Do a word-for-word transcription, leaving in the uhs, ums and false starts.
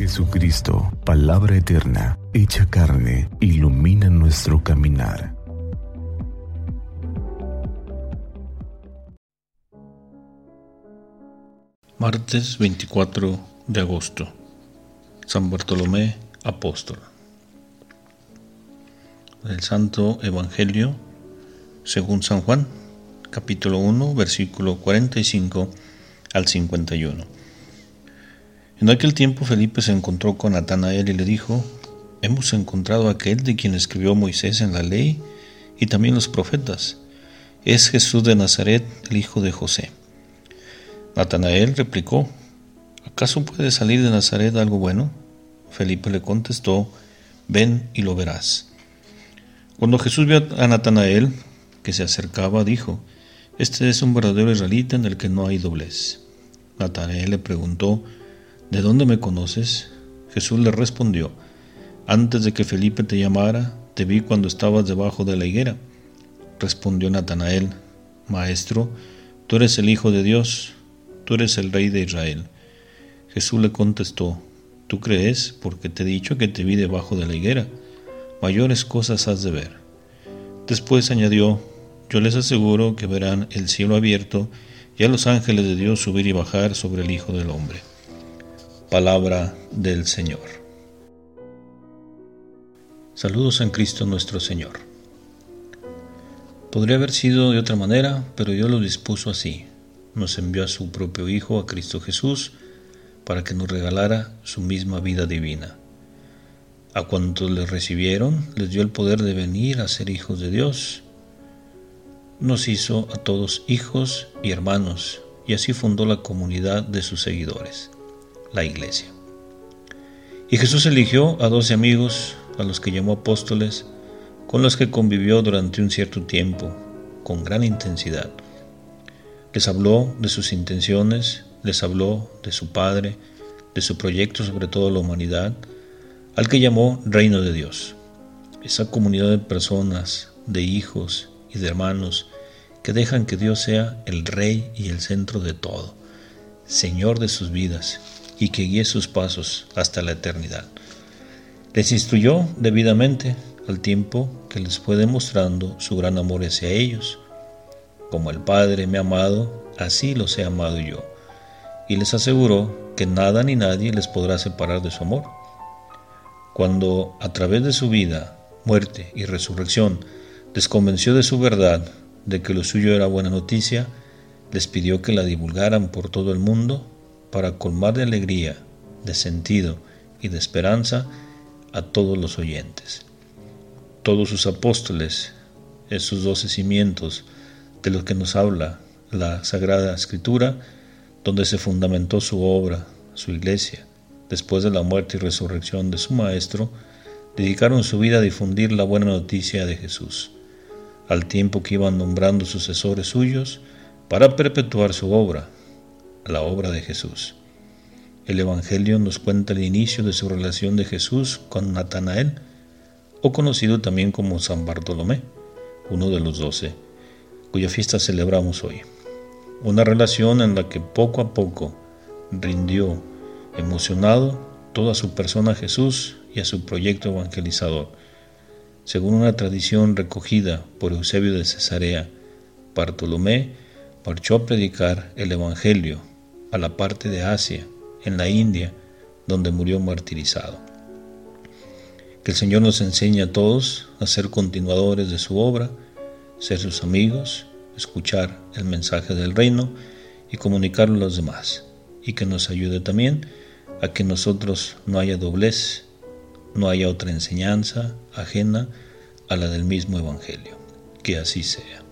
Jesucristo, palabra eterna, hecha carne, ilumina nuestro caminar. Martes veinticuatro de agosto. San Bartolomé Apóstol. Del Santo Evangelio según San Juan, capítulo uno, versículo cuarenta y cinco al cincuenta y uno. En aquel tiempo Felipe se encontró con Natanael y le dijo: Hemos encontrado a aquel de quien escribió Moisés en la ley y también los profetas. Es Jesús de Nazaret, el hijo de José. Natanael replicó: ¿Acaso puede salir de Nazaret algo bueno? Felipe le contestó: Ven y lo verás. Cuando Jesús vio a Natanael que se acercaba, dijo: Este es un verdadero israelita en el que no hay doblez. Natanael le preguntó: ¿De dónde me conoces? Jesús le respondió: Antes de que Felipe te llamara, te vi cuando estabas debajo de la higuera. Respondió Natanael: Maestro, tú eres el Hijo de Dios, tú eres el Rey de Israel. Jesús le contestó: Tú crees porque te he dicho que te vi debajo de la higuera. Mayores cosas has de ver. Después añadió: Yo les aseguro que verán el cielo abierto y a los ángeles de Dios subir y bajar sobre el Hijo del Hombre. Palabra del Señor. Saludos en Cristo nuestro Señor. Podría haber sido de otra manera, pero Dios lo dispuso así. Nos envió a su propio Hijo, a Cristo Jesús, para que nos regalara su misma vida divina. A cuantos le recibieron, les dio el poder de venir a ser hijos de Dios. Nos hizo a todos hijos y hermanos, y así fundó la comunidad de sus seguidores, la Iglesia. Y Jesús eligió a doce amigos, a los que llamó apóstoles, con los que convivió durante un cierto tiempo, con gran intensidad. Les habló de sus intenciones, les habló de su Padre, de su proyecto sobre toda la humanidad, al que llamó Reino de Dios. Esa comunidad de personas, de hijos y de hermanos que dejan que Dios sea el Rey y el centro de todo, Señor de sus vidas, y que guíe sus pasos hasta la eternidad. Les instruyó debidamente al tiempo que les fue demostrando su gran amor hacia ellos. Como el Padre me ha amado, así los he amado yo. Y les aseguró que nada ni nadie les podrá separar de su amor. Cuando, a través de su vida, muerte y resurrección, les convenció de su verdad, de que lo suyo era buena noticia, les pidió que la divulgaran por todo el mundo para colmar de alegría, de sentido y de esperanza a todos los oyentes. Todos sus apóstoles, esos doce cimientos de los que nos habla la Sagrada Escritura, donde se fundamentó su obra, su iglesia, después de la muerte y resurrección de su Maestro, dedicaron su vida a difundir la buena noticia de Jesús, al tiempo que iban nombrando sucesores suyos para perpetuar su obra, la obra de Jesús. El Evangelio nos cuenta el inicio de su relación de Jesús con Natanael, o conocido también como San Bartolomé, uno de los doce, cuya fiesta celebramos hoy. Una relación en la que poco a poco rindió, emocionado, toda su persona a Jesús y a su proyecto evangelizador. Según una tradición recogida por Eusebio de Cesarea, Bartolomé marchó a predicar el Evangelio a la parte de Asia, en la India, donde murió martirizado. Que el Señor nos enseñe a todos a ser continuadores de su obra, ser sus amigos, escuchar el mensaje del reino y comunicarlo a los demás, y que nos ayude también a que nosotros no haya doblez, no haya otra enseñanza ajena a la del mismo Evangelio. Que así sea.